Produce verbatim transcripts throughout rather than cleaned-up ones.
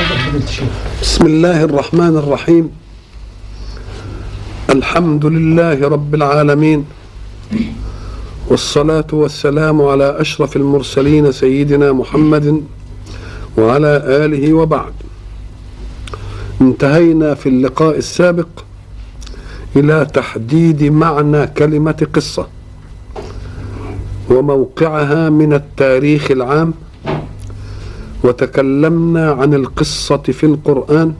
بسم الله الرحمن الرحيم. الحمد لله رب العالمين، والصلاة والسلام على أشرف المرسلين سيدنا محمد وعلى آله وبعد. انتهينا في اللقاء السابق إلى تحديد معنى كلمة قصة وموقعها من التاريخ العام، وتكلمنا عن القصة في القرآن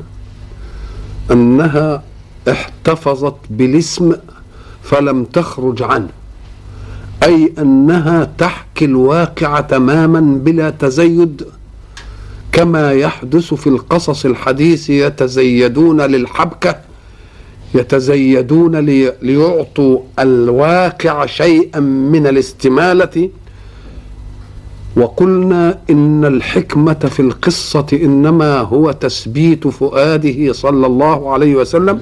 أنها احتفظت بالاسم فلم تخرج عنه، أي أنها تحكي الواقع تماما بلا تزيد، كما يحدث في القصص الحديث. يتزيدون للحبكة، يتزيدون لي ليعطوا الواقع شيئا من الاستمالة. وقلنا إن الحكمة في القصة إنما هو تثبيت فؤاده صلى الله عليه وسلم.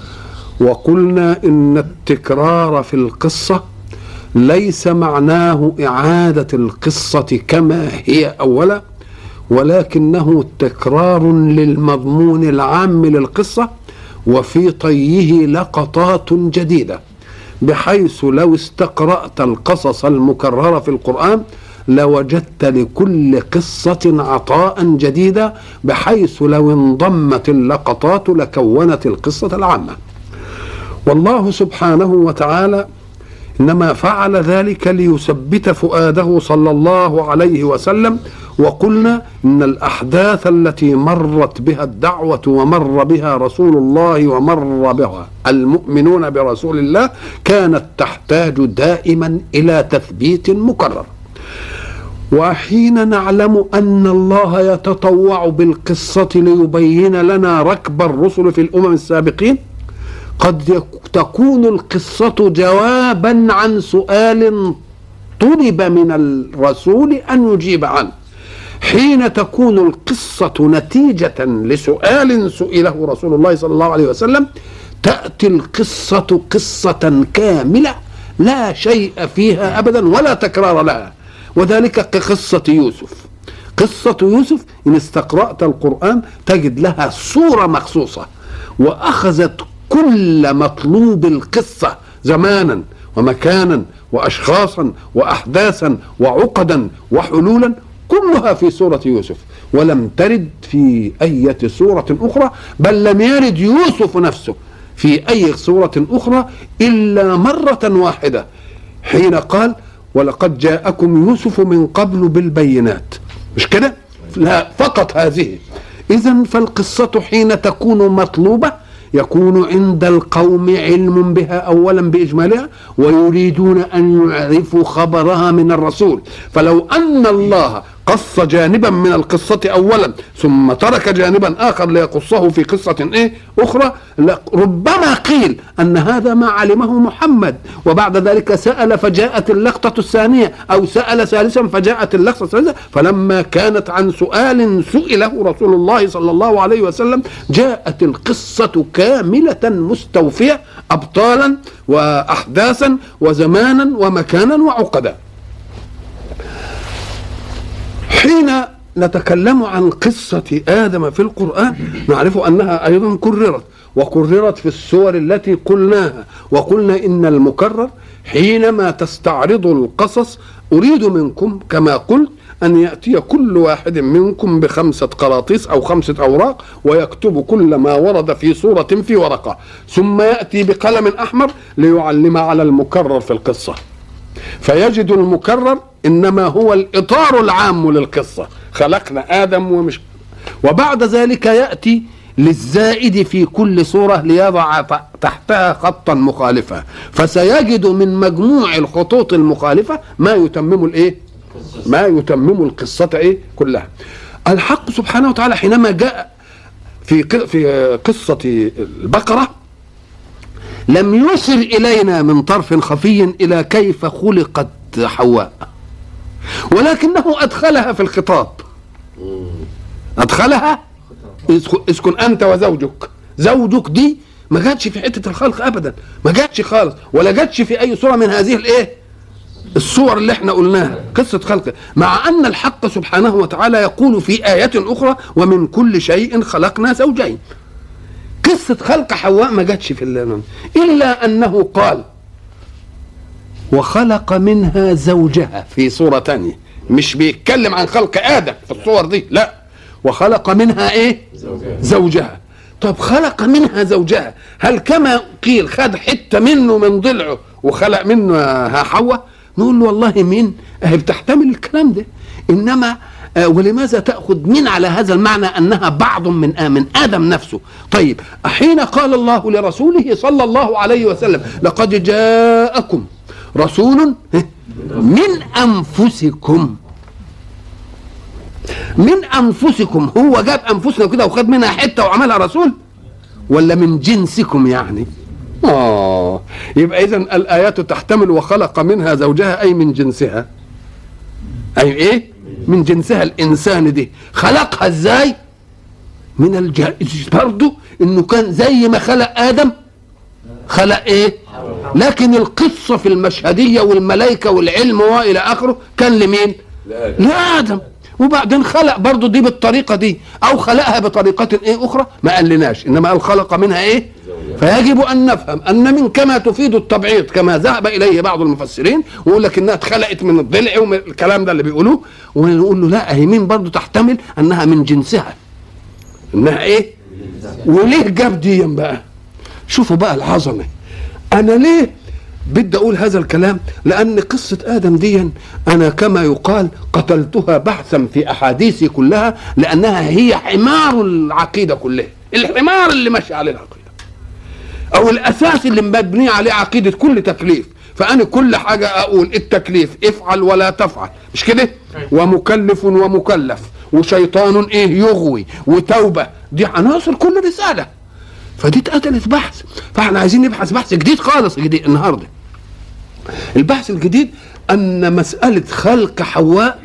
وقلنا إن التكرار في القصة ليس معناه إعادة القصة كما هي أولا، ولكنه تكرار للمضمون العام للقصة وفي طيه لقطات جديدة، بحيث لو استقرأت القصص المكررة في القرآن لوجدت لكل قصة عطاء جديدا، بحيث لو انضمت اللقطات لكونت القصة العامة. والله سبحانه وتعالى إنما فعل ذلك ليثبت فؤاده صلى الله عليه وسلم. وقلنا إن الأحداث التي مرت بها الدعوة ومر بها رسول الله ومر بها المؤمنون برسول الله كانت تحتاج دائما إلى تثبيت مكرر. وحين نعلم أن الله يتطوع بالقصة ليبين لنا ركب الرسل في الأمم السابقين، قد تكون القصة جوابا عن سؤال طلب من الرسول أن يجيب عنه. حين تكون القصة نتيجة لسؤال سئله رسول الله صلى الله عليه وسلم تأتي القصة قصة كاملة لا شيء فيها أبدا ولا تكرار لها. وذلك كقصة يوسف. قصة يوسف إن استقرأت القرآن تجد لها صورة مخصوصة، وأخذت كل مطلوب القصة زمانا ومكانا وأشخاصا وأحداثا وعقدا وحلولا، كلها في سورة يوسف، ولم ترد في أي سورة أخرى، بل لم يرد يوسف نفسه في أي سورة أخرى إلا مرة واحدة، حين قال ولقد جاءكم يوسف من قبل بالبينات. مش كده؟ لا، فقط هذه. إذن فالقصة حين تكون مطلوبة يكون عند القوم علم بها أولا بإجمالها، ويريدون أن يعرفوا خبرها من الرسول. فلو أن الله قص جانبا من القصة أولا ثم ترك جانبا آخر ليقصه في قصة إيه أخرى، ربما قيل أن هذا ما علمه محمد، وبعد ذلك سأل فجاءت اللقطة الثانية، أو سأل ثالثا فجاءت اللقطة الثالثة. فلما كانت عن سؤال سئله رسول الله صلى الله عليه وسلم جاءت القصة كاملة مستوفية، أبطالا وأحداثا وزمانا ومكانا وعقدا. حين نتكلم عن قصة آدم في القرآن نعرف أنها أيضا كررت، وكررت في السور التي قلناها. وقلنا إن المكرر حينما تستعرض القصص أريد منكم كما قلت أن يأتي كل واحد منكم بخمسة قراطيس أو خمسة أوراق ويكتب كل ما ورد في سورة في ورقة، ثم يأتي بقلم أحمر ليعلم على المكرر في القصة، فيجد المكرر إنما هو الإطار العام للقصة، خلقنا آدم ومش. وبعد ذلك يأتي للزائد في كل سورة ليضع تحتها خطا مخالفا، فسيجد من مجموع الخطوط المخالفة ما يتمم الإيه؟ ما يتمم القصة إيه؟ كلها. الحق سبحانه وتعالى حينما جاء في في قصة البقرة لم يشر إلينا من طرف خفي إلى كيف خلقت حواء، ولكنه أدخلها في الخطاب. أدخلها، اسكن أنت وزوجك. زوجك دي ما جاتش في حتة الخلق أبدا، ما جاتش خالص، ولا جاتش في أي صورة من هذه الإيه الصور اللي احنا قلناها قصة خلق، مع أن الحق سبحانه وتعالى يقول في آية أخرى ومن كل شيء خلقنا زوجين. قصة خلق حواء ما جاتش في الليل إلا أنه قال وخلق منها زوجها في صورة تانية، مش بيتكلم عن خلق آدم في الصور دي، لا، وخلق منها ايه؟ زوجها, زوجها. طب خلق منها زوجها، هل كما قيل خد حتة منه من ضلعه وخلق منها حواء؟ نقول له والله مين اهي بتحتمل الكلام ده، انما آه ولماذا تأخذ من على هذا المعنى انها بعض من آه من آدم نفسه؟ طيب حين قال الله لرسوله صلى الله عليه وسلم لقد جاءكم رسول من أنفسكم، من أنفسكم، هو جاب أنفسنا كده وخد منها حتة وعملها رسول، ولا من جنسكم يعني؟ آه يبقى إذن الآيات تحتمل وخلق منها زوجها أي من جنسها، أي إيه؟ من جنسها الإنسان دي. خلقها إزاي؟ من الجائز برضو إنه كان زي ما خلق آدم خلق إيه؟ لكن القصة في المشهدية والملائكة والعلم وإلى آخره كان لمين؟ لآدم. وبعدين خلق برضو دي بالطريقة دي أو خلقها بطريقة إيه أخرى ما قالناش، إنما قال خلق منها إيه؟ فيجب أن نفهم أن من كما تفيد التبعيض كما ذهب إليه بعض المفسرين ويقول لك إنها اتخلقت من الضلع ومن الكلام ده اللي بيقولوه، ونقول له لا، هي مين برضو تحتمل أنها من جنسها، إنها إيه؟ وليه جاب دي بقى؟ شوفوا بقى العظمة. أنا ليه بدي أقول هذا الكلام؟ لأن قصة آدم دي أنا كما يقال قتلتها بحثا في أحاديثي كلها، لأنها هي حمار العقيدة كلها، الحمار اللي ماشي عليه العقيدة أو الأساس اللي مبني عليه عقيدة كل تكليف. فأنا كل حاجة أقول التكليف افعل ولا تفعل، مش كده؟ ومكلف ومكلف وشيطان إيه يغوي وتوبة، دي عناصر كل رسالة. فدي اتقتلت بحث، فاحنا عايزين نبحث بحث جديد خالص جديد النهارده. البحث الجديد ان مسألة خلق حواء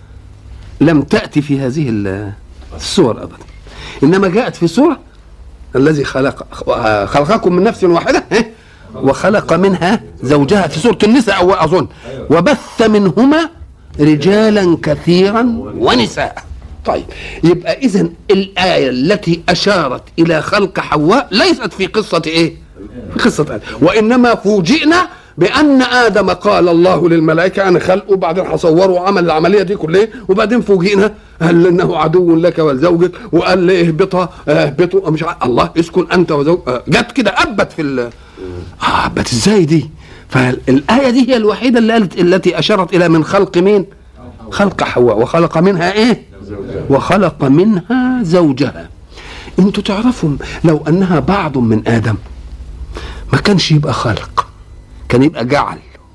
لم تأتي في هذه الصور ابدا، انما جاءت في صورة الذي خلق خلقكم من نفس واحدة وخلق منها زوجها في سورة النساء أو اظن وبث منهما رجالا كثيرا ونساء. طيب يبقى إذن الآية التي أشارت إلى خلق حواء ليست في قصة إيه؟ في قصة آدم، وإنما فوجئنا بأن آدم قال الله للملائكة أنا خلقه، بعدين هصوره وعمل العملية دي كلها، وبعدين فوجئنا قال إنه عدو لك ولزوجك، وقال لي اهبطها اهبطوا مش عارف الله اسكن أنت وزوج، جت كده أبت في ال آه أبت إزاي دي؟ فالآية دي هي الوحيدة اللي قالت التي أشارت إلى من خلق مين؟ خلق حواء وخلق منها إيه؟ وخلق منها زوجها. انتوا تعرفوا لو انها بعض من ادم ما كانش يبقى خلق، كان يبقى جعل،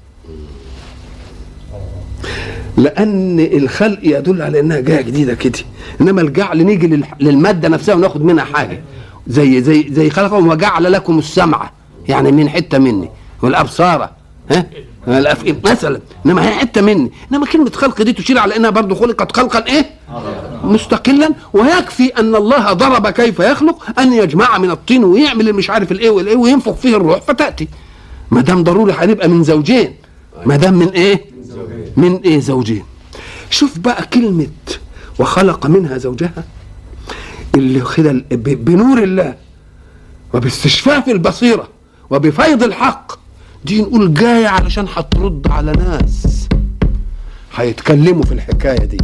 لان الخلق يدل على انها جايه جديده كده، انما الجعل نيجي للماده نفسها وناخد منها حاجه، زي زي زي خلقهم وجعل لكم السمع يعني من حته مني والابصار ها مثلا، انما هي حته مني، انما كلمه خلق دي تشير على انها برضو خلقت خلقا ايه مستقلا. ويكفي ان الله ضرب كيف يخلق ان يجمع من الطين ويعمل مش عارف الايه والايه وينفخ فيه الروح فتاتي، ما دام ضروري هنبقى من زوجين، ما دام من ايه من ايه زوجين. شوف بقى كلمه وخلق منها زوجها اللي كده بنور الله وباستشفاف البصيره وبفيض الحق دي، نقول جايه علشان هترد على ناس هيتكلموا في الحكايه دي.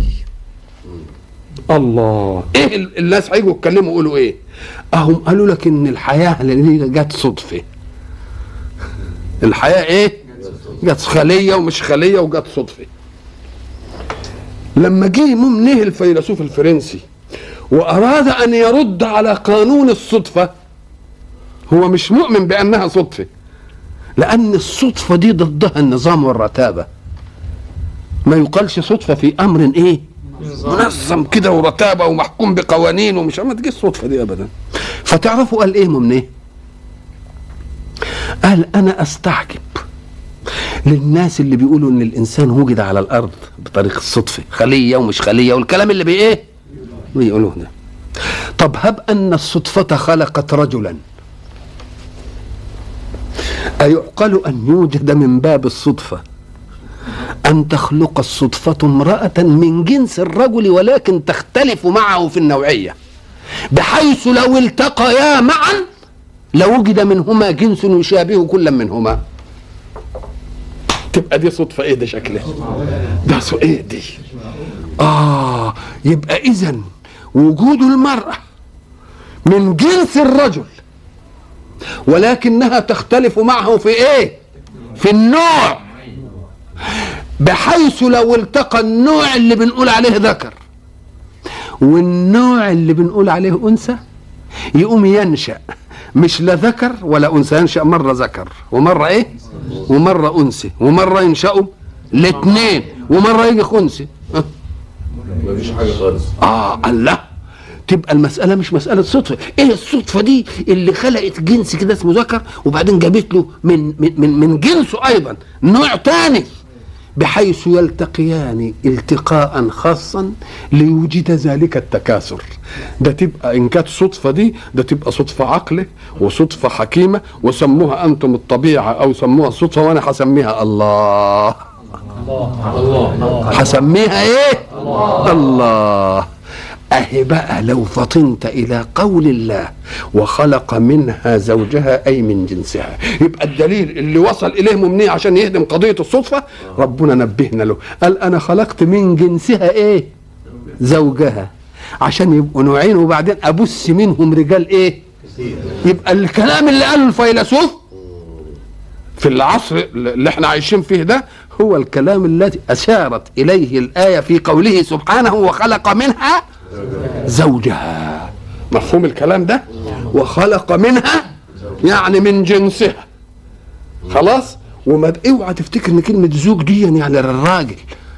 الله، ايه الناس هيجوا يتكلموا يقولوا ايه؟ اهم قالوا لك ان الحياه اللي جت صدفه. الحياه ايه؟ جت خليه ومش خليه وجت صدفه. لما جه ممنه الفيلسوف الفرنسي واراد ان يرد على قانون الصدفه، هو مش مؤمن بانها صدفه، لأن الصدفة دي ضدها النظام والرتابة. ما يقالش صدفة في أمر إيه؟ منظم كده ورتابة ومحكوم بقوانين ومش ما تجيش الصدفة دي أبدا. فتعرفوا قال إيه من إيه؟ قال أنا أستعجب للناس اللي بيقولوا إن الإنسان وجد على الأرض بطريقة الصدفة، خلية ومش خلية والكلام اللي بإيه؟ بيقولوه ده. طب هب أن الصدفة خلقت رجلا، أيعقل أن يوجد من باب الصدفة أن تخلق الصدفة امرأة من جنس الرجل ولكن تختلف معه في النوعية، بحيث لو التقيا معا لوجد منهما جنس يشابه كل منهما. تبقى دي صدفة ايه ده شكلها؟ ده ايه دي؟ آه يبقى إذن وجود المرأة من جنس الرجل ولكنها تختلف معه في ايه؟ في النوع، بحيث لو التقى النوع اللي بنقول عليه ذكر والنوع اللي بنقول عليه أنثى يقوم ينشأ مش لا ذكر ولا أنثى، ينشأ مرة ذكر ومرة ايه؟ ومرة أنثى، ومرة ينشأوا الاثنين، ومرة يجي خنثى. أه؟ مفيش حاجة خالص. اه الله، تبقى المسألة مش مسألة صدفة. ايه الصدفة دي اللي خلقت جنس كده اسمه ذكر وبعدين جابت له من من من, من جنسه ايضا نوع تاني، بحيث يلتقيان التقاء خاصا ليوجد ذلك التكاثر. ده تبقى ان كانت صدفة دي، ده تبقى صدفة عقله وصدفة حكيمة، وسموها انتم الطبيعة او سموها الصدفة، وانا هسميها الله. الله هسميها ايه؟ الله, الله. اهي بقى لو فطنت الى قول الله وخلق منها زوجها اي من جنسها، يبقى الدليل اللي وصل اليه ممنيه عشان يهدم قضيه الصدفه ربنا نبهنا له، قال انا خلقت من جنسها ايه؟ زوجها، عشان يبقوا نوعين وبعدين ابث منهم رجال ايه؟ يبقى الكلام اللي قاله الفيلسوف في العصر اللي احنا عايشين فيه ده هو الكلام الذي اشارت اليه الايه في قوله سبحانه وخلق منها زوجها. مفهوم الكلام ده؟ وخلق منها يعني من جنسها. خلاص؟ وما اوعى تفتكر ان كلمه زوج دي يعني للراجل،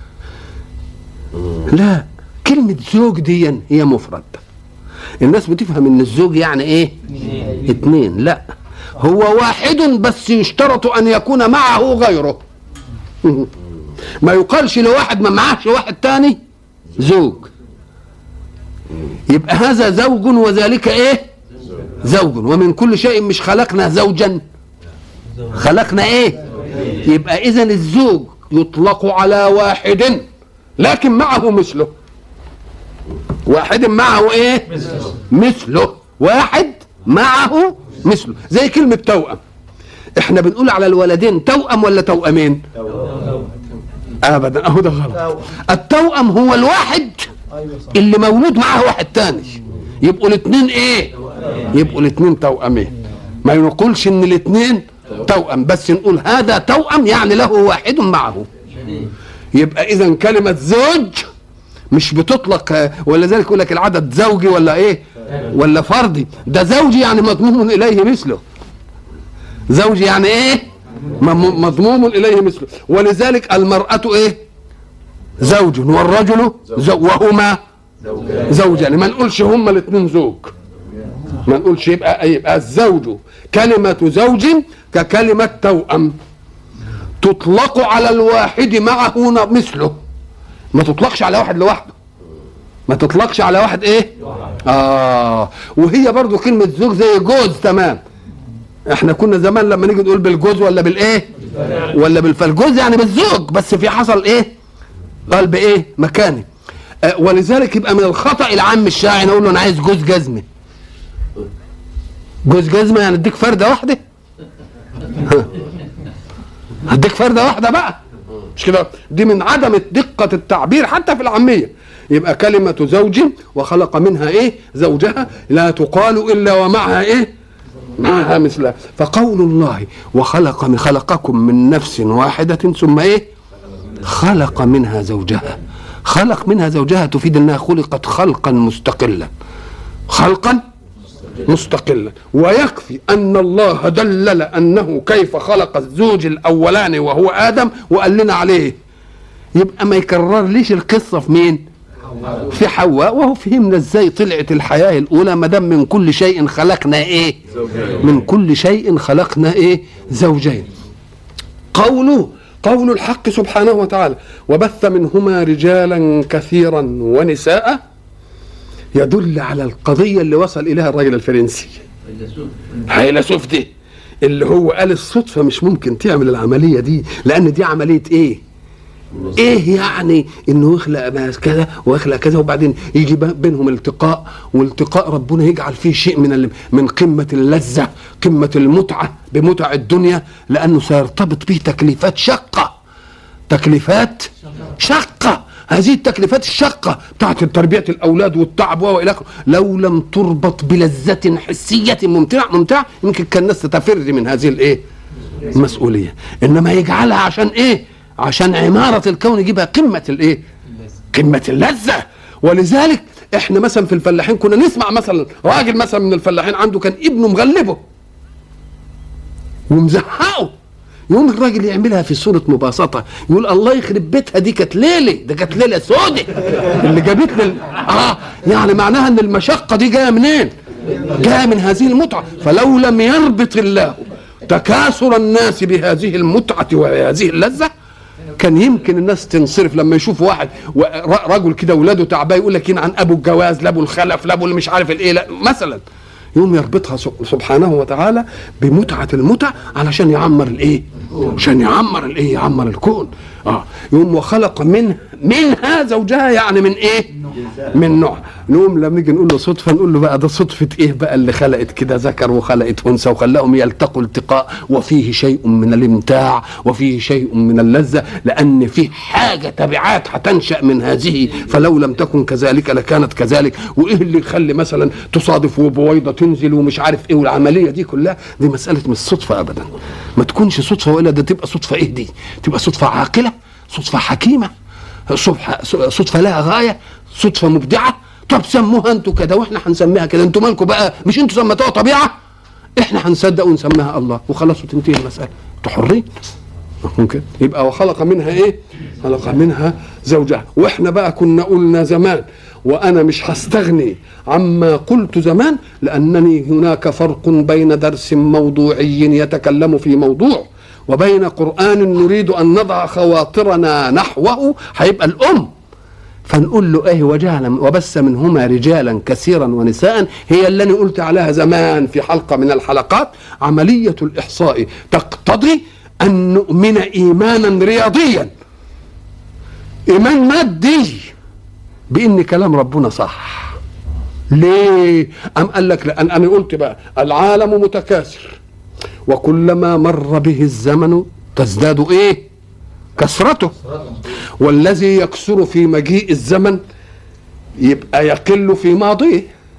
لا، كلمه زوج دي هي مفرد. الناس بتفهم ان الزوج يعني ايه؟ اتنين. لا، هو واحد بس يشترط ان يكون معه غيره. ما يقالش لواحد ما معهش واحد تاني زوج، يبقى هذا زوج وذلك ايه؟ زوج. ومن كل شيء مش خلقنا زوجا، خلقنا ايه؟ يبقى اذن الزوج يطلق على واحد لكن معه مثله. واحد معه ايه؟ مثله. واحد معه مثله، زي كلمة توأم. احنا بنقول على الولدين توأم ولا توأمين؟ ابدا، اهو ده غلط. التوأم هو الواحد اللي مولود معاه واحد تاني، يبقوا الاثنين ايه؟ يبقوا الاثنين توأمين. ما نقولش ان الاثنين توأم، بس نقول هذا توأم يعني له واحد معه. يبقى اذا كلمة زوج مش بتطلق، ولذلك يقول لك العدد زوجي ولا ايه؟ ولا فردي. ده زوجي يعني مضموم اليه مثله. زوجي يعني ايه؟ مضموم اليه مثله. ولذلك المرأة ايه؟ زوج، والرجل زوج، وهما زوجان. ما نقولش هما الاثنين زوج، ما نقولش. يبقى يبقى الزوج كلمة زوج ككلمة توأم، تطلق على الواحد معه مثله، ما تطلقش على واحد لوحده، ما تطلقش على واحد ايه؟ اه. وهي برضو كلمة زوج زي جوز. تمام، احنا كنا زمان لما نيجي نقول بالجوز ولا بالايه ولا بالفالجوز يعني بالزوج، بس في حصل ايه؟ قال بايه؟ مكاني. آه ولذلك يبقى من الخطأ العام الشائع نقول له انا عايز جوز جزمه. جوز جزمه يعني اديك فرده واحده؟ هديك فرده واحده بقى، مش كده؟ دي من عدم دقه التعبير حتى في العاميه. يبقى كلمه زوج وخلق منها ايه؟ زوجها، لا تقال الا ومعها ايه؟ معها مثلها. فقول الله وخلق من خلقكم من نفس واحده ثم ايه؟ خلق منها زوجها. خلق منها زوجها تفيد انها خلقت خلقا مستقلا، خلقا مستقلا. ويكفي ان الله دلل انه كيف خلق الزوج الاولاني وهو ادم وقال لنا عليه، يبقى ما يكرر ليش القصه في مين؟ في حواء. وهو فهمنا ازاي طلعت الحياه الاولى ما دام من كل شيء خلقنا ايه؟ من كل شيء خلقنا ايه؟ زوجين. قوله قول الحق سبحانه وتعالى وبث منهما رجالا كثيرا ونساء يدل على القضية اللي وصل إليها الراجل الفرنسي فيلسوف دي، اللي هو قال الصدفة مش ممكن تعمل العملية دي، لأن دي عملية إيه؟ ايه يعني انه يخلق كذا ويخلق كذا وبعدين يجي بينهم التقاء، والتقاء ربنا يجعل فيه شيء من من قمه اللذه، قمه المتعه بمتع الدنيا، لانه سيرتبط به تكليفات شقه، تكليفات شقه. هذه التكليفات الشقه بتاعت تربيه الاولاد والتعب والى اخره، لو لم تربط بلذه حسيه ممتعه ممتعه يمكن كان الناس تفر من هذه الايه المسؤوليه، انما يجعلها عشان ايه؟ عشان عماره الكون يجيبها قمه الايه؟ قمه اللذه. ولذلك احنا مثلا في الفلاحين كنا نسمع مثلا راجل مثلا من الفلاحين عنده كان ابنه مغلبه ومزهقه، يقوم الراجل يعملها في صورة مباسطة، يقول الله يخرب بيتها دي كانت ليلة، ده كانت ليلة سودة اللي جابتنا ال... اه يعني معناها ان المشقة دي جاية منين؟ جاية من هذه المتعة. فلو لم يربط الله تكاثر الناس بهذه المتعة وهذه اللذة كان يمكن الناس تنصرف لما يشوف واحد رجل كده ولاده تعبان يقول لك عن ابو الجواز لابو الخلف لابو اللي مش عارف الايه لا مثلا، يوم يربطها سبحانه وتعالى بمتعة المتع علشان يعمر الايه؟ عشان يعمر الايه؟ يعمر الكون. اه يوم وخلق منها منها زوجها، يعني من ايه؟ من نوع. نقوم لما نيجي نقول له صدفه نقول له بقى ده صدفه ايه بقى اللي خلقت كده ذكر وخلقت انثى وخلاهم يلتقوا التقاء، وفيه شيء من الامتاع وفيه شيء من اللذه، لان فيه حاجه تبعات هتنشا من هذه، فلو لم تكن كذلك لكانت كذلك. وايه اللي يخلي مثلا تصادف وبويضه تنزل ومش عارف ايه، والعمليه دي كلها دي مساله مش صدفه ابدا، ما تكونش صدفه، والا ده تبقى صدفه ايه دي؟ تبقى صدفه عاقله، صدفه حكيمه، صدفه لها غايه، صدفه مبدعه. طب سموها انتوا كده واحنا هنسميها كده، انتوا مالكم بقى؟ مش انتوا سميتوها طبيعه، احنا هنصدق ونسميها الله وخلاص وتنتهي المساله، انتوا حرين. ممكن يبقى وخلق منها ايه؟ خلق منها زوجها. واحنا بقى كنا قلنا زمان، وانا مش هستغني عما قلت زمان، لانني هناك فرق بين درس موضوعي يتكلم في موضوع وبين قرآن نريد ان نضع خواطرنا نحوه، هيبقى الام فنقول له ايه؟ وجعل وبث منهما رجالا كثيرا ونساء، هي اللي انا قلت عليها زمان في حلقه من الحلقات. عمليه الاحصاء تقتضي ان نؤمن ايمانا رياضيا، ايمان مادي، بان كلام ربنا صح. ليه؟ ام قال لك لان انا قلت بقى العالم متكاثر، وكلما مر به الزمن تزداد ايه؟ كثرته. والذي يكثر في مجيء الزمن يبقى يقل في ماضيه،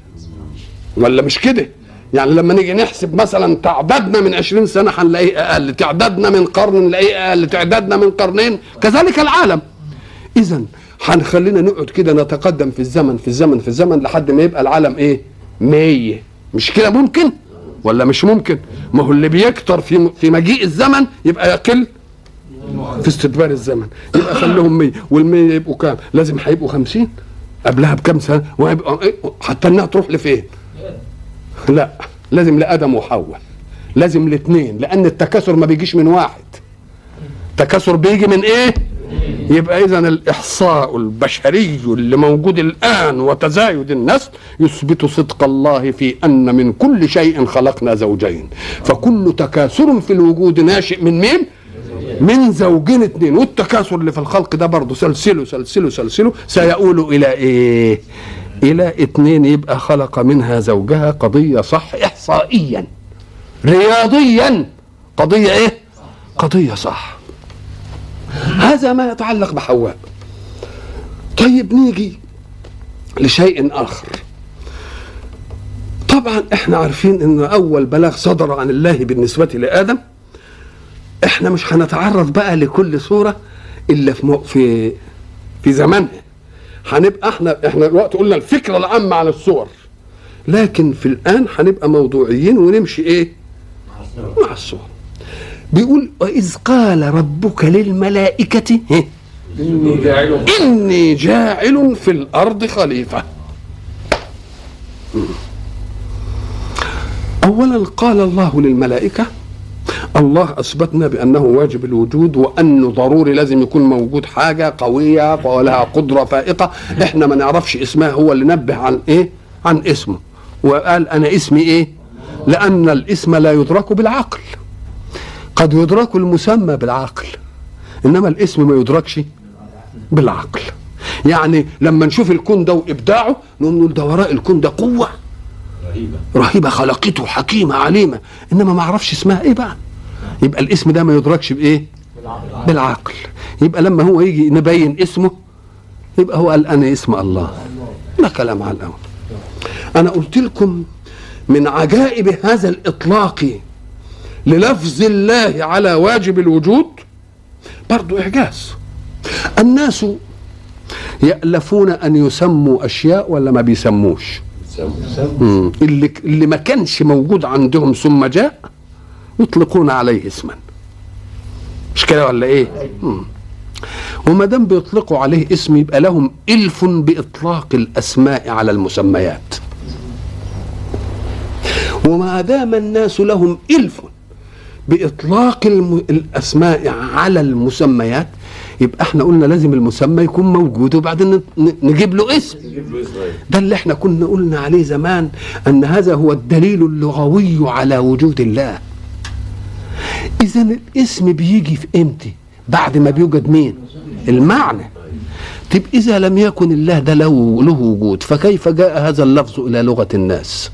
ولا مش كده؟ يعني لما نيجي نحسب مثلا تعدادنا من عشرين سنة هنلاقيه اقل، تعدادنا من قرن نلاقيه اقل، تعدادنا من قرنين، كذلك العالم. اذا هنخلينا نقعد كده نتقدم في الزمن في الزمن في الزمن لحد ما يبقى العالم ايه؟ مية. مش كده ممكن ولا مش ممكن؟ ما هو اللي بيكتر في في مجيء الزمن يبقى يقل في استدبار الزمن، يبقى خليهم مية، والمية يبقوا كام؟ لازم هيبقوا خمسين قبلها بكام سنة، وهيبقى حتى انها تروح لفين؟ لا، لازم لآدم وحواء، لازم الاثنين، لأن التكاثر ما بيجيش من واحد، التكاثر بيجي من ايه؟ يبقى إذن الإحصاء البشري اللي موجود الآن وتزايد النسل يثبت صدق الله في أن من كل شيء خلقنا زوجين، فكل تكاثر في الوجود ناشئ من مين؟ من زوجين اثنين. والتكاثر اللي في الخلق ده برضه سلسله سلسله سلسله سيؤول إلى إيه؟ إلى اثنين. يبقى خلق منها زوجها قضية صح إحصائيا رياضيا، قضية إيه؟ قضية صح. هذا ما يتعلق بحواء. طيب نيجي لشيء آخر. طبعا احنا عارفين ان اول بلاغ صدر عن الله بالنسبة لآدم. احنا مش هنتعرض بقى لكل صورة الا في في في زمانها، هنبقى احنا احنا الوقت قلنا الفكرة العامة عن الصور، لكن في الآن هنبقى موضوعيين ونمشي ايه؟ مع الصور. بيقول وإذ قال ربك للملائكة إني جاعل إني جاعل في الأرض خليفة. أولا قال الله للملائكة، الله أثبتنا بأنه واجب الوجود، وأنه ضروري لازم يكون موجود حاجة قوية ولها قدرة فائقة، إحنا ما نعرفش اسمها، هو اللي نبه عن إيه؟ عن اسمه، وقال أنا اسمي إيه؟ لأن الاسم لا يدرك بالعقل، قد يدرك المسمى بالعقل، إنما الاسم ما يدركش بالعقل. يعني لما نشوف الكون ده وابداعه نقوم نقول ده وراء الكون ده قوه رهيبه رهيبه خلقته حكيمه عليمه، انما ما اعرفش اسمها ايه بقى. يبقى الاسم ده ما يدركش بايه؟ بالعقل. بالعقل. يبقى لما هو يجي نبين اسمه يبقى هو قال انا اسم الله. ده كلام على الاول. انا قلت لكم من عجائب هذا الاطلاق للفظ الله على واجب الوجود برضو اعجاز. الناس يألفون ان يسموا اشياء ولا ما بيسموش؟ مم. اللي اللي ما كانش موجود عندهم ثم جاء يطلقون عليه اسما، مش كده ولا ايه؟ مم. وما دام بيطلقوا عليه اسم يبقى لهم الف باطلاق الاسماء على المسميات. وما دام الناس لهم الف باطلاق الم... الاسماء على المسميات يبقى احنا قلنا لازم المسمى يكون موجود وبعدين نجيب له اسم. ده اللي احنا كنا قلنا عليه زمان ان هذا هو الدليل اللغوي على وجود الله. اذا الاسم بيجي في امتى؟ بعد ما بيوجد مين؟ المعنى. طب اذا لم يكن الله ده له له وجود فكيف جاء هذا اللفظ الى لغة الناس؟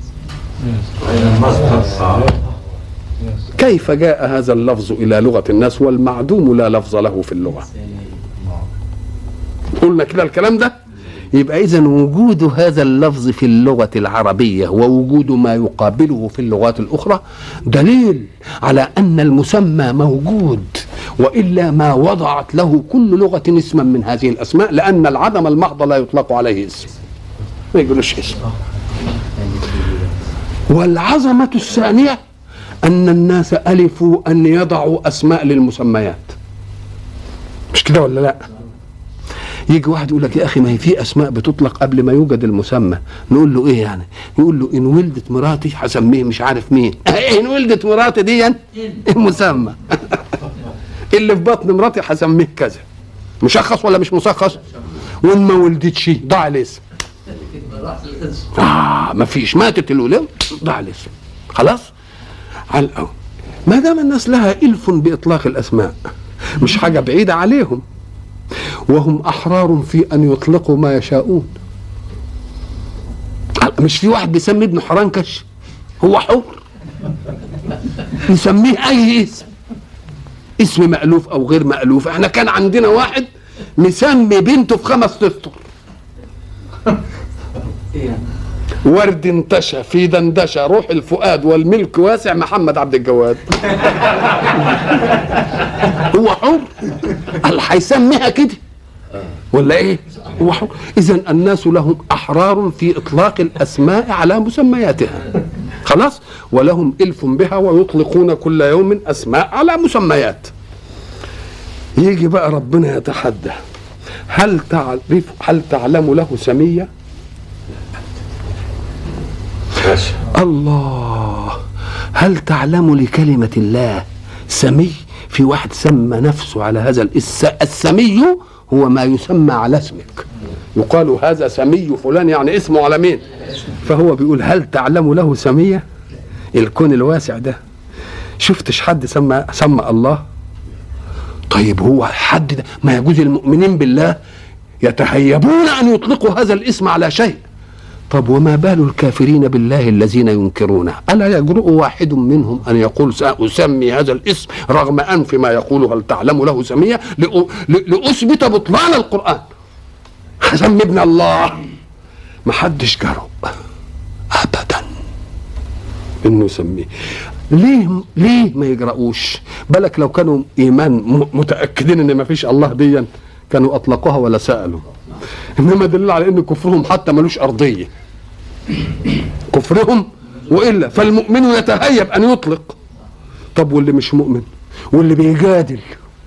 كيف جاء هذا اللفظ إلى لغة الناس والمعدوم لا لفظ له في اللغة؟ قلنا كده الكلام ده. يبقى إذن وجود هذا اللفظ في اللغة العربية ووجود ما يقابله في اللغات الأخرى دليل على أن المسمى موجود، وإلا ما وضعت له كل لغة اسما من هذه الأسماء، لأن العدم المحض لا يطلق عليه اسم، ما يقولوش اسم. والعظمة الثانية أن الناس ألفوا أن يضعوا أسماء للمسميات، مش كده ولا لا؟ يجي واحد يقول لك يا أخي ما هي في أسماء بتطلق قبل ما يوجد المسمى. نقول له إيه يعني؟ يقول له إن ولدت مراتي هسميه مش عارف مين. إن ولدت مراتي دي المسمى. اللي في بطن مراتي هسميه كذا. مشخص ولا مش مشخص؟ وإن ما ولدتش ضاع الاسم. آه ما فيش، ماتت الولاد ضاع الاسم. خلاص؟ على الأول ما دام الناس لها إلف بإطلاق الأسماء مش حاجة بعيدة عليهم، وهم أحرار في أن يطلقوا ما يشاءون. مش في واحد بيسمي ابنه حرنكش، هو حر يسميه أي اسم، اسم مألوف أو غير مألوف. احنا كان عندنا واحد مسمي بنته في خمس أسطر، ورد انتشى في دندشة روح الفؤاد والملك واسع محمد عبد الجواد. هو حر، اللي هيسميها كده ولا ايه؟ هو حر. اذا الناس لهم احرار في اطلاق الاسماء على مسمياتها، خلاص، ولهم الف بها ويطلقون كل يوم اسماء على مسميات. يجي بقى ربنا يتحدى، هل تعرف هل تعلم له سمية؟ الله، هل تعلم لكلمة الله سمي؟ في واحد سمى نفسه على هذا الاسم. السمي هو ما يسمى على اسمك، يقال هذا سمي فلان يعني اسمه على مين. فهو بيقول هل تعلم له سمية؟ الكون الواسع ده شفتش حد سمى سمى الله؟ طيب هو حد ده ما يجوز المؤمنين بالله يتهيبون أن يطلقوا هذا الاسم على شيء. طب وما بال الكافرين بالله الذين ينكرونه؟ ألا يجرؤ واحد منهم أن يقول سأسمي هذا الاسم رغم أنف ما يقوله هل تعلم له سمية لأثبت بطلان القرآن؟ هسمي ابن الله، ما حدش جرؤ أبدا إنه يسميه. ليه ليه ما يجرؤوش؟ بالك لو كانوا إيمان متأكدين إن ما فيش الله ديا كانوا أطلقوها ولا سألوا. إنما دليل على إن كفرهم حتى ملوش أرضية، كفرهم وإلا فالمؤمن يتهيب أن يطلق. طب واللي مش مؤمن واللي بيجادل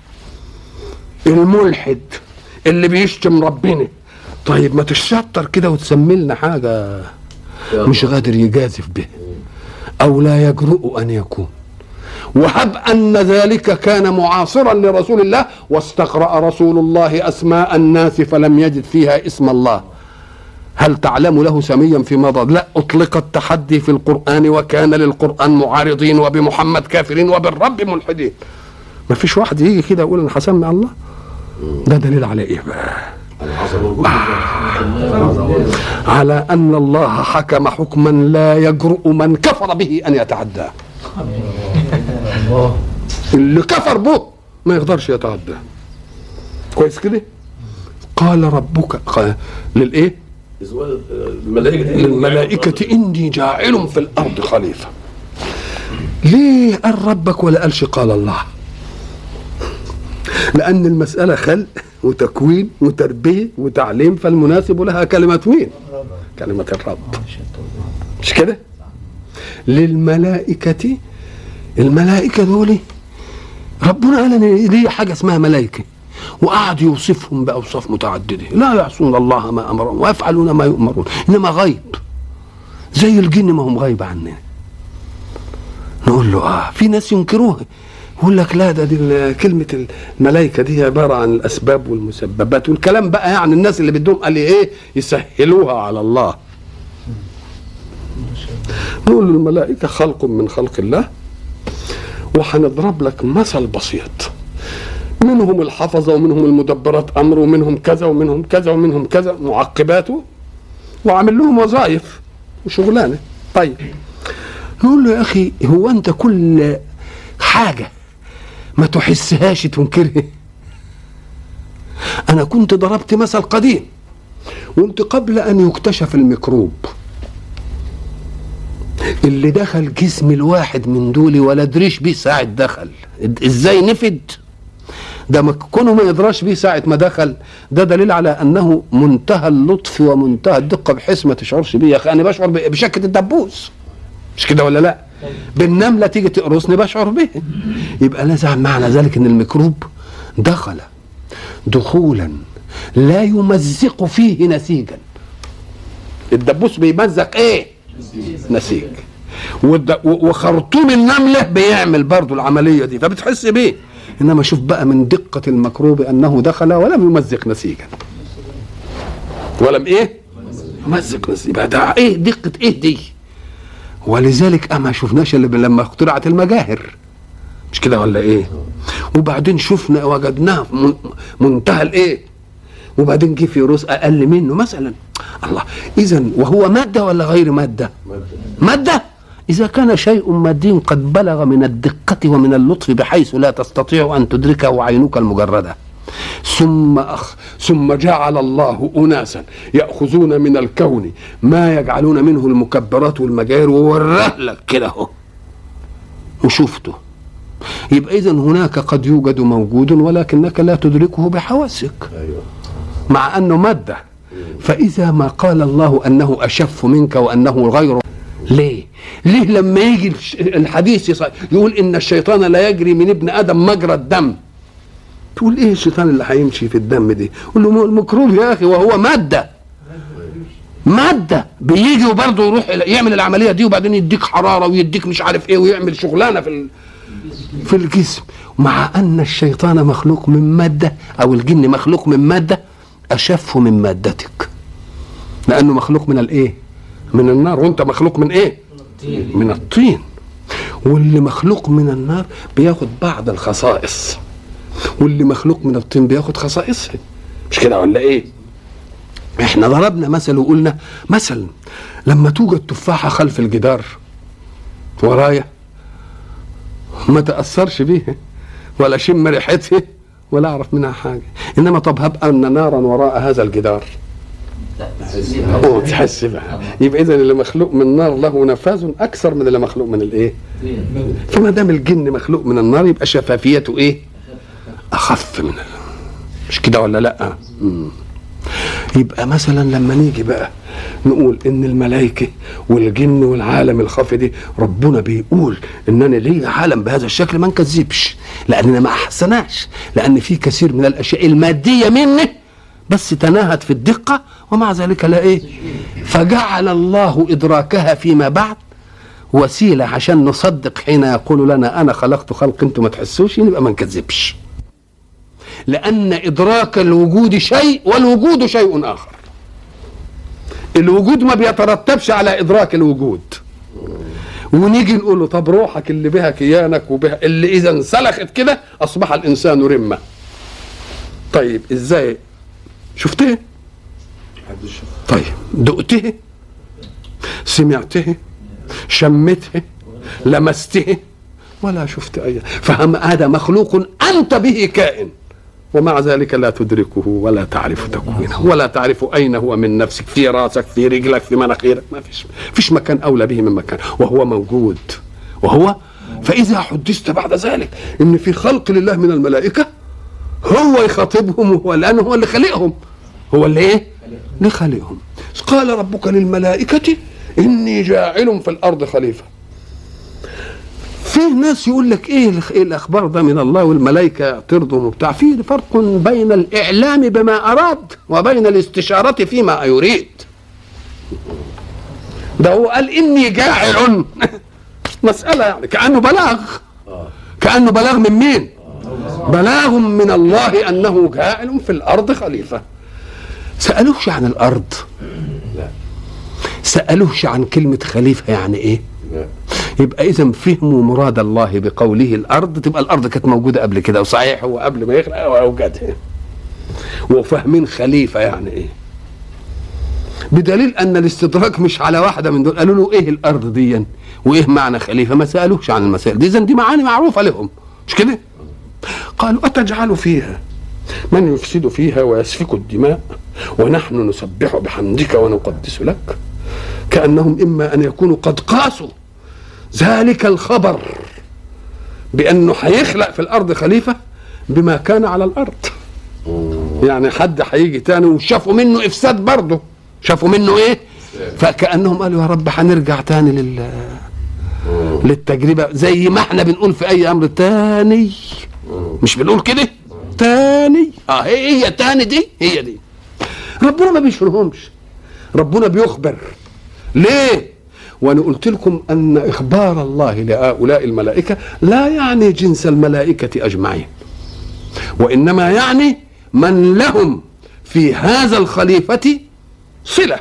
الملحد اللي بيشتم ربنا، طيب ما تشطر كده وتسمي لنا حاجة مش قادر يجازف به أو لا يجرؤ أن يكون. وهب أن ذلك كان معاصرا لرسول الله واستقرأ رسول الله أسماء الناس فلم يجد فيها اسم الله، هل تعلم له سميا في مضى؟ لا، أطلق التحدي في القرآن وكان للقرآن معارضين وبمحمد كافرين وبالرب ملحدين. ما فيش واحد يجي كده يقول أنا هسمي الله. ده دليل على ايه بقى؟ على ان الله حكم حكما لا يجرؤ من كفر به ان يتعداه. اللي كفر به ما يقدرش يتعداه. كويس كده؟ قال ربك قال للايه؟ للملائكة إني جاعل في الأرض خليفة. ليه قال ربك ولا قالش قال الله؟ لأن المسألة خلق وتكوين وتربية وتعليم، فالمناسب لها كلمة مين؟ كلمة الرب. مش كده؟ للملائكة، الملائكة دول ربنا قال ان ليه حاجة اسمها ملائكة، وقعد يوصفهم بأوصاف متعددة، لا يعصون الله ما أمرهم ويفعلون ما يؤمرون، إنما غيب زي الجن ما هم غيب عننا. نقول له آه في ناس ينكروها، يقول لك لا ده دي كلمة الملائكة دي عبارة عن الأسباب والمسببات والكلام بقى، يعني الناس اللي بدهم قال إيه يسهلوها على الله. نقول له الملائكة خلق من خلق الله، وحنضرب لك مثل بسيط، منهم الحفظة ومنهم المدبرات أمر ومنهم كذا ومنهم كذا ومنهم كذا معقباته، وعامل لهم وظائف وشغلانة. طيب نقول له يا أخي هو أنت كل حاجة ما تحسهاش تنكرها؟ أنا كنت ضربت مثل قديم، وانت قبل أن يكتشف الميكروب اللي دخل جسم الواحد من دول ولا دريش بيه ساعة دخل ازاي نفد، ده ما كونه ما يدراش بيه ساعة ما دخل، ده دليل على أنه منتهى اللطف ومنتهى الدقة بحيث ما تشعرش بيه. يا أخي أنا بشعر بشكة الدبوس، مش كده ولا لا؟ بالنملة تيجي تقرصني بشعر به. يبقى لازم معنى ذلك أن الميكروب دخل دخولا لا يمزق فيه نسيجا. الدبوس بيمزق ايه؟ نسيج. وخرطوم النملة بيعمل برضو العملية دي فبتحس بيه. انما شوف بقى من دقة الميكروب انه دخل ولم يمزق نسيجا، ولم ايه يمزق نسيجا. ده ايه دقة ايه دي؟ ولذلك اما شفناش اللي لما اخترعت المجاهر، مش كده ولا ايه؟ وبعدين شفنا وجدناه منتهى الايه، وبعدين جه فيروس اقل منه مثلا. الله، اذا وهو ماده ولا غير ماده؟ ماده. اذا كان شيء مادي قد بلغ من الدقه ومن اللطف بحيث لا تستطيع ان تدركه عينك المجرده، ثم أخ ثم جعل الله اناسا ياخذون من الكون ما يجعلون منه المكبرات والمجاهر ووراه لك كده اهو وشفته. يبقى اذا هناك قد يوجد موجود ولكنك لا تدركه بحواسك. أيوة. مع انه ماده. فاذا ما قال الله انه اشف منك وانه غيره، ليه؟ ليه لما يجي الحديث يقول ان الشيطان لا يجري من ابن ادم مجرى الدم، تقول ايه الشيطان اللي هيمشي في الدم دي؟ قول له الميكروب يا اخي وهو ماده، ماده بيجي وبرضه يروح يعمل العمليه دي وبعدين يديك حراره ويديك مش عارف ايه ويعمل شغلانه في في الجسم. مع ان الشيطان مخلوق من ماده او الجن مخلوق من ماده اشف من مادتك، لانه مخلوق من الايه؟ من النار، وانت مخلوق من ايه؟ من الطين. واللي مخلوق من النار بياخد بعض الخصائص، واللي مخلوق من الطين بياخد خصائصه، مش كده ولا ايه؟ احنا ضربنا مثل وقلنا مثلا لما توجد تفاحه خلف الجدار ورايا ما تأثرش بيها ولا شم ريحتها ولا أعرف منها حاجة، إنما طب هب أن نارا وراء هذا الجدار تحس بها. يبقى إذن اللي مخلوق من النار له نفاذ أكثر من اللي مخلوق من الإيه؟ فما دام الجن مخلوق من النار يبقى شفافيته إيه؟ أخف من ال... مش كده ولا لأ؟ مم. يبقى مثلا لما نيجي بقى نقول ان الملائكه والجن والعالم الخفي دي ربنا بيقول اننا ليه عالم بهذا الشكل ما نكذبش، لاننا ما احسناش، لان في كثير من الاشياء الماديه منه بس تناهت في الدقه ومع ذلك لا ايه، فجعل الله ادراكها فيما بعد وسيله عشان نصدق حين يقول لنا انا خلقت خلق انتم ما تحسوش، يبقى ما نكذبش، لأن إدراك الوجود شيء والوجود شيء آخر. الوجود ما بيترتبش على إدراك الوجود. ونيجي نقول له طب روحك اللي بها كيانك وبها اللي إذا انسلخت كده أصبح الإنسان رمة. طيب ازاي شفته؟ طيب دقته؟ سمعته؟ شمته؟ لمسته؟ ولا شفت اي. فهم هذا مخلوق انت به كائن، ومع ذلك لا تدركه ولا تعرف تكوينه ولا تعرف اين هو من نفسك، في راسك، في رجلك، في مناخيرك، ما فيش فيش مكان اولى به من مكان، وهو موجود وهو. فاذا حدثت بعد ذلك ان في خلق لله من الملائكه هو يخاطبهم، هو لانه هو اللي خلقهم، هو اللي ايه اللي خلقهم. قال ربك للملائكه اني جاعل في الارض خليفه. في ناس يقول لك ايه الاخبار ده من الله والملائكه يعترضون وبتاع. في فرق بين الاعلام بما اراد وبين الاستشاره فيما يريد. ده هو قال اني جاعل مساله يعني كانه بلاغ، كانه بلاغ من مين؟ بلاغ من الله انه جاعل في الارض خليفه. سالوش عن الارض، سالوش عن كلمه خليفه يعني ايه. يبقى اذا فهموا مراد الله بقوله الارض، تبقى الارض كانت موجوده قبل كده، وصحيح هو قبل ما يخلق اوجدها. وفاهمين خليفه يعني ايه، بدليل ان الاستدراك مش على واحده من دول. قالوا له ايه الارض دي وايه معنى خليفه، ما سالوش عن المسائل دي. اذا دي معاني معروفه لهم مش كده. قالوا اتجعل فيها من يفسد فيها ويسفك الدماء ونحن نسبح بحمدك ونقدس لك. كأنهم إما أن يكونوا قد قاسوا ذلك الخبر بأنه هيخلق في الأرض خليفة بما كان على الأرض. يعني حد هيجي تاني وشافوا منه إفساد برضه، شافوا منه إيه. فكأنهم قالوا يا رب هنرجع تاني لل للتجربة زي ما احنا بنقول في أي أمر تاني، مش بنقول كده تاني. اه هي هي تاني دي هي دي. ربنا ما بيشرهمش، ربنا بيخبر. ليه؟ وانا قلت لكم ان اخبار الله لهؤلاء الملائكه لا يعني جنس الملائكه اجمعين، وانما يعني من لهم في هذا الخليفه صله،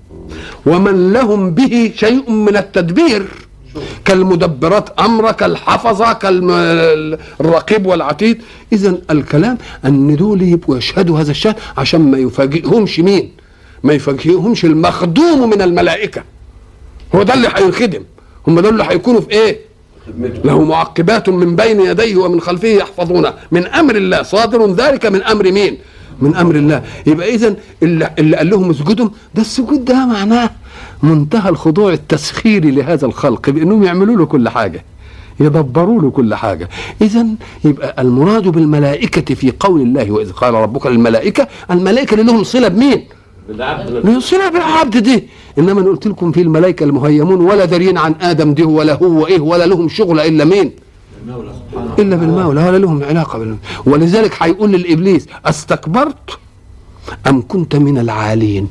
ومن لهم به شيء من التدبير كالمدبرات امر، كالحفظه، كالرقيب والعتيد. اذا الكلام ان دول يبقوا يشهدوا هذا الشهد عشان ما يفاجئهمش مين؟ ما يفاجئهمش المخدوم من الملائكه. هو ده اللي هينخدم، هم دول اللي هيكونوا في ايه؟ له معقبات من بين يديه ومن خلفه يحفظونه من امر الله، صادر ذلك من امر مين؟ من امر الله. يبقى اذا اللي, اللي قال لهم اسجدوا، ده السجود ده معناه منتهى الخضوع التسخيري لهذا الخلق، بانهم يعملوا له كل حاجه، يدبروا له كل حاجه. اذا يبقى المراد بالملائكه في قول الله واذ قال ربك للملائكه، الملائكه اللي لهم صله بمين؟ بالعبد. صله بالعبد دي. انما انا قلت لكم في الملائكه المهيمون ولا دارين عن ادم دي ولا هو ايه، ولا لهم شغل الا مين؟ الا بالمولى، ولا لهم علاقه بالمولى. ولذلك هيقول للابليس استكبرت ام كنت من العالين؟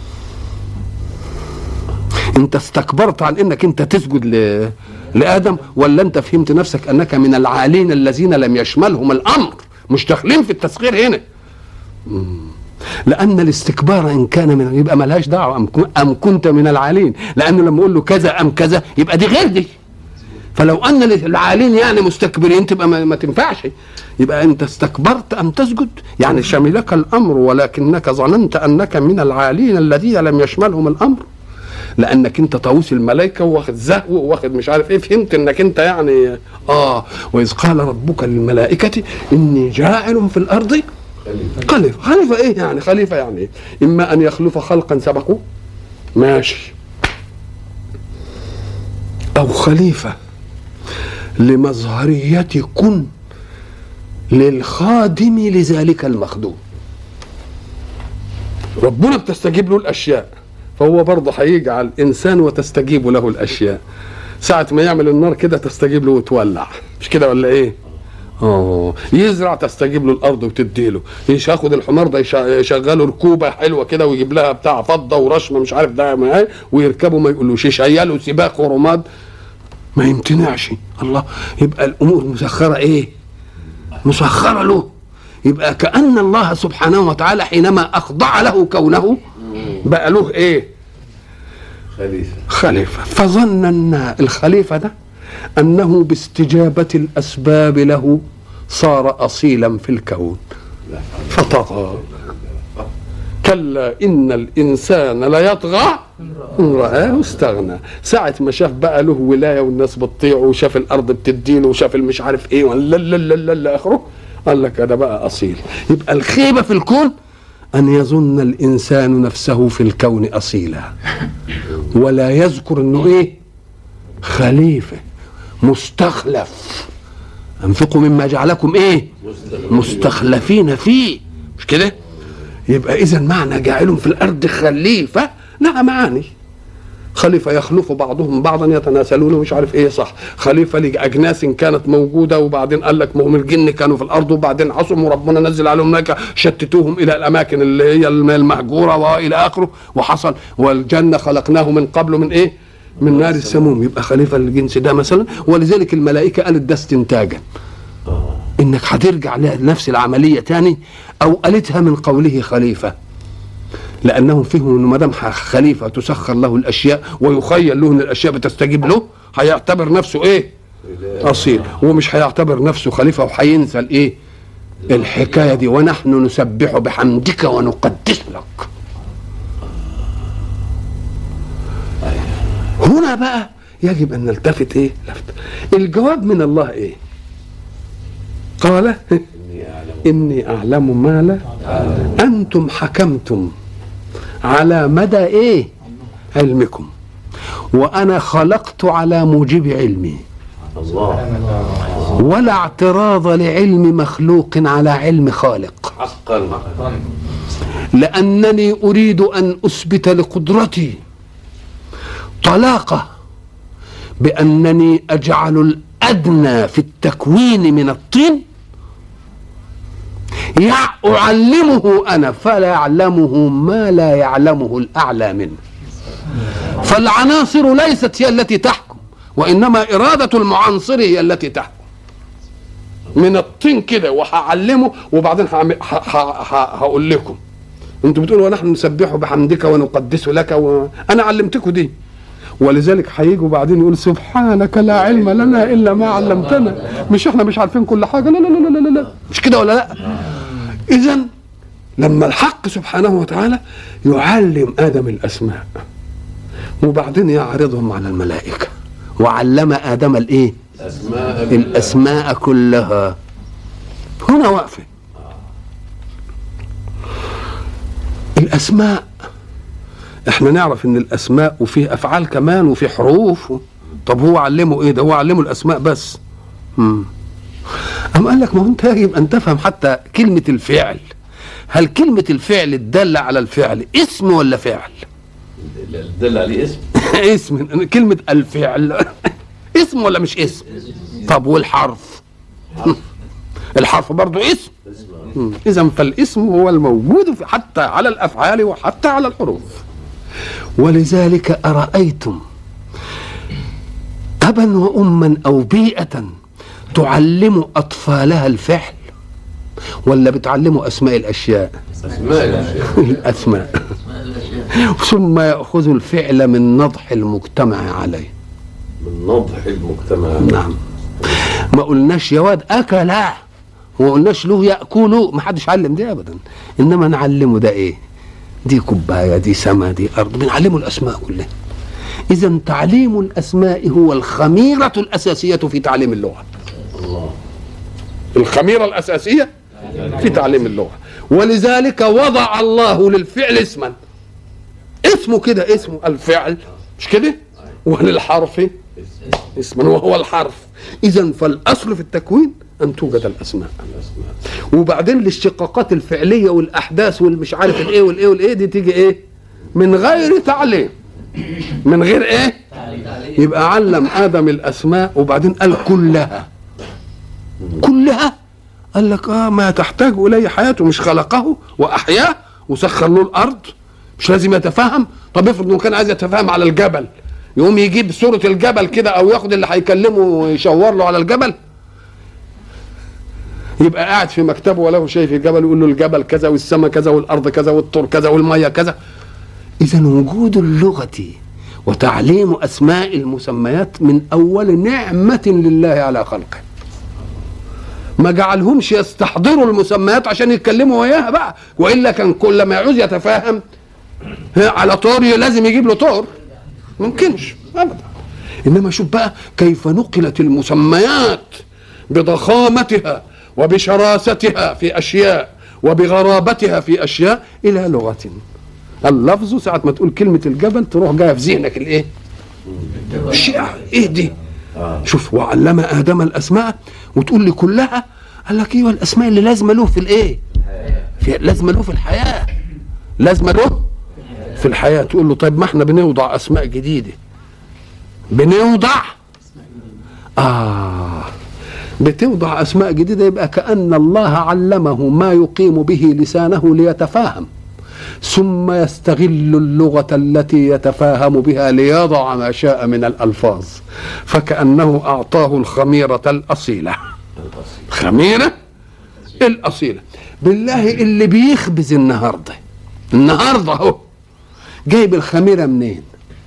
انت استكبرت عن انك انت تسجد ل... لادم، ولا انت فهمت نفسك انك من العالين الذين لم يشملهم الامر، مش داخلين في التسخير هنا. مم. لان الاستكبار ان كان من يبقى ملهاش دعوه ام ام كنت من العالين، لانه لما اقول له كذا ام كذا يبقى دي غير دي. فلو ان العالين يعني مستكبرين تبقى ما, ما تنفعش. يبقى انت استكبرت ام تسجد يعني شملك الامر ولكنك ظننت انك من العالين الذين لم يشملهم الامر، لانك انت طاووس الملائكه واخد زهو واخد مش عارف ايه، فهمت انك انت يعني اه واذ قال ربك للملائكه اني جاعل في الارض خليفه. خليفه ايه يعني؟ خليفه يعني إيه؟ اما ان يخلف خلقا سبقوا ماشي، او خليفه لمظهريه كن للخادم لذلك المخدوم. ربنا بتستجيب له الاشياء، فهو برضه هيجعل انسان وتستجيب له الاشياء. ساعه ما يعمل النار كده تستجيب له وتولع، مش كده ولا ايه؟ اه يزرع تستجيب له الارض وتديله، ياخد الحمار ده يشغله ركوبه حلوه كده ويجيب لها بتاع فضه ورشمه مش عارف ده معاه ويركبه، ما يقولوش يشيله سباق ورماد، ما يمتنعش. الله، يبقى الامور مسخره ايه؟ مسخره له. يبقى كأن الله سبحانه وتعالى حينما اخضع له كونه بقى له ايه؟ خليفه. خليفه. فظن ان الخليفه ده انه باستجابه الاسباب له صار اصيلا في الكون. فطغى كلا إن الإنسان ليطغى إن رآه استغنى. ساعة ما شاف بقى له ولاية والناس بتطيعه وشاف الأرض بتديله وشاف المش عارف إيه ولا لا لا لا لا آخره قال لك أنا بقى أصيل. يبقى الخيبة في الكون أن يظن الإنسان نفسه في الكون أصيلا ولا يذكر أنه إيه خليفة مستخلف. أنفقوا مما جعلكم إيه مستخلفين فيه، مش كده؟ يبقى إذن معنى جاعلهم في الأرض خليفة لها معاني. خليفة يخلف بعضهم بعضا يتناسلون مش عارف ايه صح. خليفة لأجناس كانت موجودة وبعدين قال لك ما هم الجن كانوا في الأرض وبعدين عصوا وربنا نزل عليهم هناك شتتوهم إلى الأماكن اللي هي المهجورة وإلى آخره وحصل. والجنة خلقناه من قبل من ايه من نار السموم. يبقى خليفة الجنس ده مثلا. ولذلك الملائكة قالت ده استنتاجا انك هترجع لنفس العملية تاني او قالتها من قوله خليفة لانهم فهموا انه ما دام خليفة تسخر له الاشياء ويخيل له ان الاشياء بتستجيب له هيعتبر نفسه ايه اصيل ومش هيعتبر نفسه خليفة وهينسى الايه الحكاية دي. ونحن نسبح بحمدك ونقدس لك. هنا بقى يجب ان نلتفت ايه لفت. الجواب من الله ايه؟ قال إني أعلم ما لا أنتم حكمتم على مدى إيه علمكم وأنا خلقت على موجب علمي ولا اعتراض لعلم مخلوق على علم خالق لأنني أريد أن أثبت لقدرتي طلاقة بأنني أجعل الأدنى في التكوين من الطين أعلمه أنا فلا يعلمه ما لا يعلمه الأعلى منه. فالعناصر ليست هي التي تحكم وإنما إرادة المعنصر هي التي تحكم. من الطين كده وهعلمه وبعدين هقول لكم انتوا بتقولوا ونحن نسبح بحمدك ونقدس لك وأنا علمتكم دي. ولذلك هيجوا بعدين يقول سبحانك لا علم لنا إلا ما علمتنا. مش احنا مش عارفين كل حاجة لا لا لا لا لا لا مش كده ولا لا. إذن لما الحق سبحانه وتعالى يعلم آدم الأسماء وبعدين يعرضهم على الملائكة وعلم آدم الإيه الأسماء, الأسماء كلها. هنا واقفة الأسماء. احنا نعرف ان الأسماء وفيه أفعال كمان وفيه حروف. طب هو علمه ايه ده؟ هو علمه الأسماء بس. مم. أم قال لك ما هو انت يجب ان تفهم حتى كلمة الفعل. هل كلمة الفعل الدالة على الفعل اسم ولا فعل؟ الدالة عليه اسم. اسم. كلمة الفعل اسم ولا مش اسم؟ طب والحرف؟ الحرف برضو اسم. إذا فالاسم هو الموجود حتى على الأفعال وحتى على الحروف. ولذلك أرأيتم أبا وأما أو بيئة تعلم أطفالها الفعل ولا بتعلموا أسماء الأشياء؟ أسماء الأشياء. الأسماء. ثم يأخذ الفعل من نضح المجتمع عليه. من نضح المجتمع. نعم. ما قلناش يا واد أكلا وما قلناش له يأكلوا. ما حدش علم دي أبدا. إنما نعلمه ده إيه؟ دي كوباية دي سما دي أرض. بنعلمه الأسماء كلها. إذا تعليم الأسماء هو الخميرة الأساسية في تعليم اللغة. الله. الخميرة الأساسية في تعليم اللغة. ولذلك وضع الله للفعل اسما. اسمه كده اسمه الفعل مش كده؟ وللحرف اسما وهو الحرف. إذا فالأصل في التكوين أن توجد الأسماء. وبعدين الاشتقاقات الفعلية والأحداث والمش عارف الإيه والإيه والإيه دي تيجي إيه؟ من غير تعليم. من غير إيه؟ يبقى علم آدم الأسماء وبعدين قال كلها. كلها قال لك آه ما تحتاج إليه حياته. مش خلقه وأحياه وسخر له الأرض مش لازم يتفهم. طب افرض إنه كان عايز يتفهم على الجبل يقوم يجيب صورة الجبل كده أو ياخد اللي هيكلمه ويشاور له على الجبل. يبقى قاعد في مكتبه وله شايف الجبل يقول له الجبل كذا والسماء كذا والأرض كذا والطور كذا والمية كذا. إذا وجود اللغة وتعليم أسماء المسميات من أول نعمة لله على خلقه. ما جعلهمش يستحضروا المسميات عشان يتكلموا وياها بقى، والا كان كل ما يعوز يتفاهم على طور لازم يجيب له طور، ممكنش ابدا. انما شوف بقى كيف نقلت المسميات بضخامتها وبشراستها في اشياء وبغرابتها في اشياء الى لغه. اللفظ ساعه ما تقول كلمه الجبل تروح جايه في ذهنك الايه؟ الشيء ايه دي؟ شوف وعلم ادم الاسماء وتقول لي كلها، قال لك ايوه الاسماء اللي لازمه له في الايه؟ في لازمه له في الحياه، لازمه له في الحياه. تقول له طيب ما احنا بنوضع اسماء جديده، بنوضع اه بتوضع اسماء جديده، يبقى كأن الله علمه ما يقيم به لسانه ليتفاهم، ثم يستغل اللغة التي يتفاهم بها ليضع ما شاء من الألفاظ، فكأنه أعطاه الخميرة الأصيلة. خميرة الأصيلة. بالله اللي بيخبز النهاردة النهاردة هو جايب الخميرة منين؟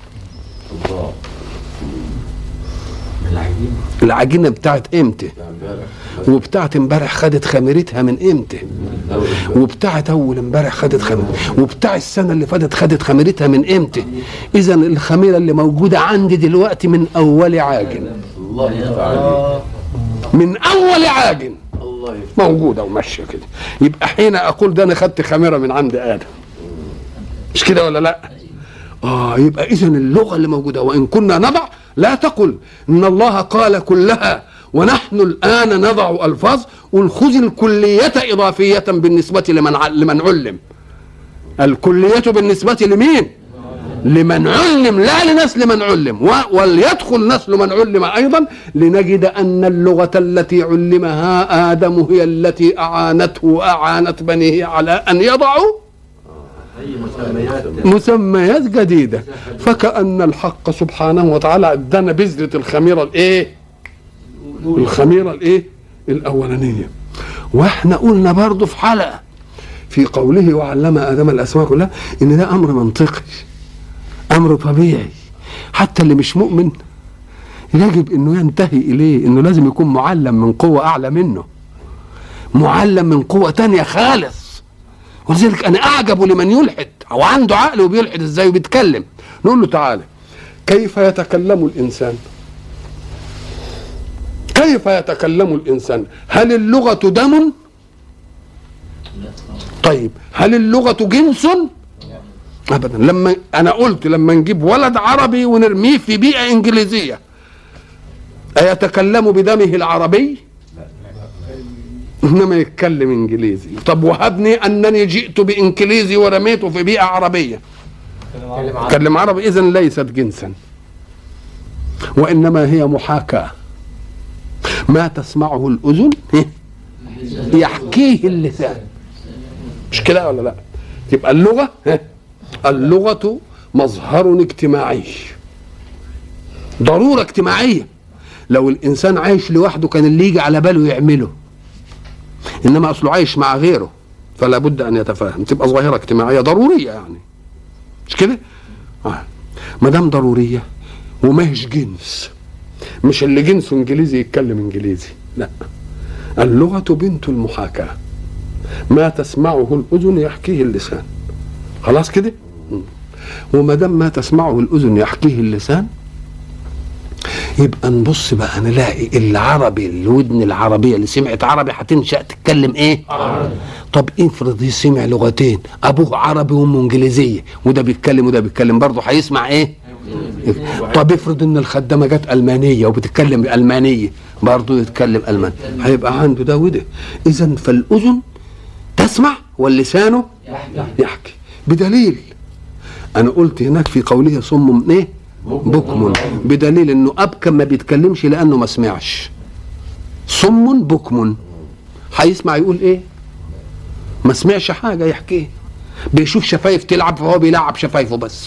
العجينة بتاعت امتى؟ وبتاعت امبارح خدت خميرتها من امتى؟ وبتاعت اول امبارح خدت خميرتها، وبتاع السنة اللي فاتت خدت خميرتها من امتى؟ اذا الخميرة اللي موجودة عندي دلوقتي من اول عاجن، من اول عاجن موجودة وماشية كده. يبقى حين اقول ده انا خدت خميرة من عند ادم، مش كده ولا لا؟ اه يبقى اذا اللغة اللي موجودة، وان كنا نضع، لا تقل ان الله قال كلها ونحن الان نضع الفاظ، والخذ الكلية اضافية بالنسبة لمن لمن علم. الكلية بالنسبة لمين؟ لمن علم، لا لنسل من علم، وليدخل نسل من علم ايضا، لنجد ان اللغة التي علمها ادم هي التي اعانته واعانت بنيه على ان يضعوا مسميات جديدة. فكأن الحق سبحانه وتعالى ادانا بذرة الخميرة الايه؟ الخميرة الايه؟ الاولانية. واحنا قلنا برضو في حلقة في قوله وعلم آدم الأسماء كلها ان ده امر منطقي، امر طبيعي، حتى اللي مش مؤمن يجب انه ينتهي اليه، انه لازم يكون معلم من قوة اعلى منه، معلم من قوة تانية خالص. ولذلك انا اعجب لمن يلحد او عنده عقل وبيلحد ازاي وبيتكلم. نقول له تعالى كيف يتكلم الانسان؟ كيف يتكلم الانسان؟ هل اللغة دم؟ طيب هل اللغة جنس؟ ابدا. لما انا قلت لما نجيب ولد عربي ونرميه في بيئة انجليزية ايتكلم بدمه العربي؟ انما يتكلم انجليزي. طب وهبني انني جئت بانجليزي ورميته في بيئة عربية، يتكلم عربي. اذن ليست جنسا، وانما هي محاكاة. ما تسمعه الاذن يحكيه اللسان، مش كده ولا لا؟ تبقى اللغة اللغة مظهر اجتماعي، ضرورة اجتماعية. لو الانسان عايش لوحده كان اللي يجي على باله يعمله، انما اصله عايش مع غيره فلا بد ان يتفاهم. تبقى ظاهرة اجتماعية ضرورية يعني، مش كده؟ آه. ما دام ضرورية وماهيش جنس، مش اللي جنسه انجليزي يتكلم انجليزي، لا، اللغة بنت المحاكاة. ما تسمعه الاذن يحكيه اللسان، خلاص كده. وما دام ما تسمعه الاذن يحكيه اللسان، يبقى نبص بقى نلاقي العربي، الودن العربيه اللي سمعت عربي هتنشأ تتكلم ايه؟ عربي. طب افرض سمع لغتين، ابوه عربي وامه انجليزيه، وده بيتكلم وده بيتكلم، برضه هيسمع ايه؟ طب افرض ان الخدامه جت المانيه وبتتكلم بالمانيه، برضه يتكلم الماني، هيبقى عنده ده وده. اذا فالاذن تسمع واللسان يحكي. بدليل انا قلت هناك في قوله صم ايه؟ بكم، بدليل انه ابكم ما بيتكلمش لانه ما سمعش. صم بكم هيسمع يقول ايه؟ ما سمعش حاجه يحكيه. بيشوف شفايف تلعب فهو بيلعب شفايفه بس.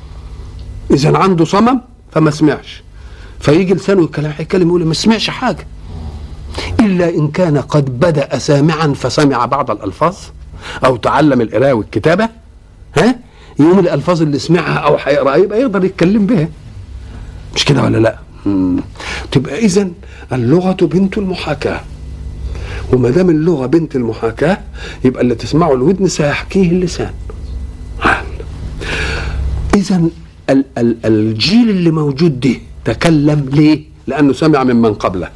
اذا عنده صمم فما سمعش، فيجي لسانه يتكلم هيتكلم يقول ما سمعش حاجه، الا ان كان قد بدأ سامعا فسمع بعض الالفاظ او تعلم القراءه والكتابه، ها يوم الالفاظ اللي سمعها او هيقرا يبقى يقدر يتكلم بها، مش كده ولا لا؟ مم. تبقى اذا اللغه بنت المحاكاه، وما دام اللغة بنت المحاكاة يبقى اللي تسمعه الودن سيحكيه اللسان. إذا ال- ال- الجيل اللي موجود ده تكلم ليه؟ لأنه سمع ممن قبله،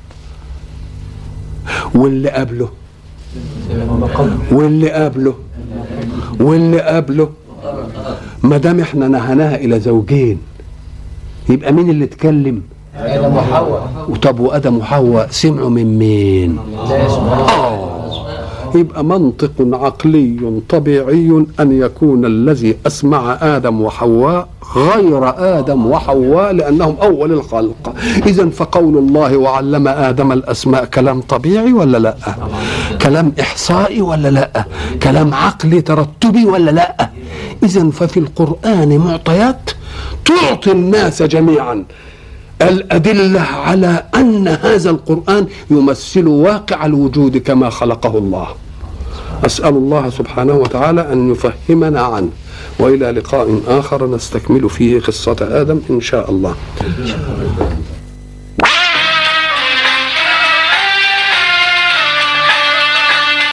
واللي قبله واللي قبله واللي قبله. ما دام احنا نهناها إلى زوجين يبقى مين اللي اتكلم؟ آدم وحواء. طب وآدم وحواء سمعوا من مين؟ آه. يبقى منطق عقلي طبيعي أن يكون الذي أسمع آدم وحواء غير آدم وحواء لأنهم أول الخلق. إذن فقول الله وعلم آدم الأسماء كلام طبيعي ولا لا؟ كلام إحصائي ولا لا؟ كلام عقلي ترتبي ولا لا؟ إذن ففي القرآن معطيات تعطي الناس جميعا الأدلة على أن هذا القرآن يمثل واقع الوجود كما خلقه الله. أسأل الله سبحانه وتعالى أن يفهمنا عنه، وإلى لقاء آخر نستكمل فيه قصة آدم إن شاء الله.